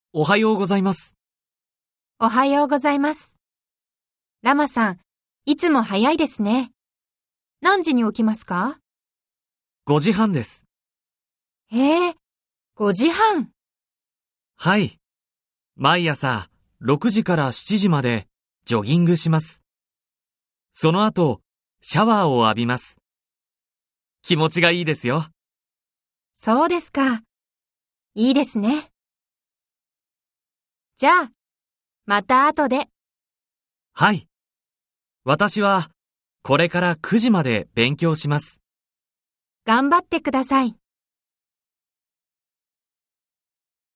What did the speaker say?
おはようございます。 おはようございます。ラマさん、いつも早いですね。何時に起きますか 5時半です。 へえ、5時半。 はい。毎朝6時から7時までジョギングします。その後、シャワーを浴びます。気持ちがいいですよ。 そうですか。いいですね。じゃあ、また後で。 はい。私はこれから9時まで勉強します。 頑張ってください。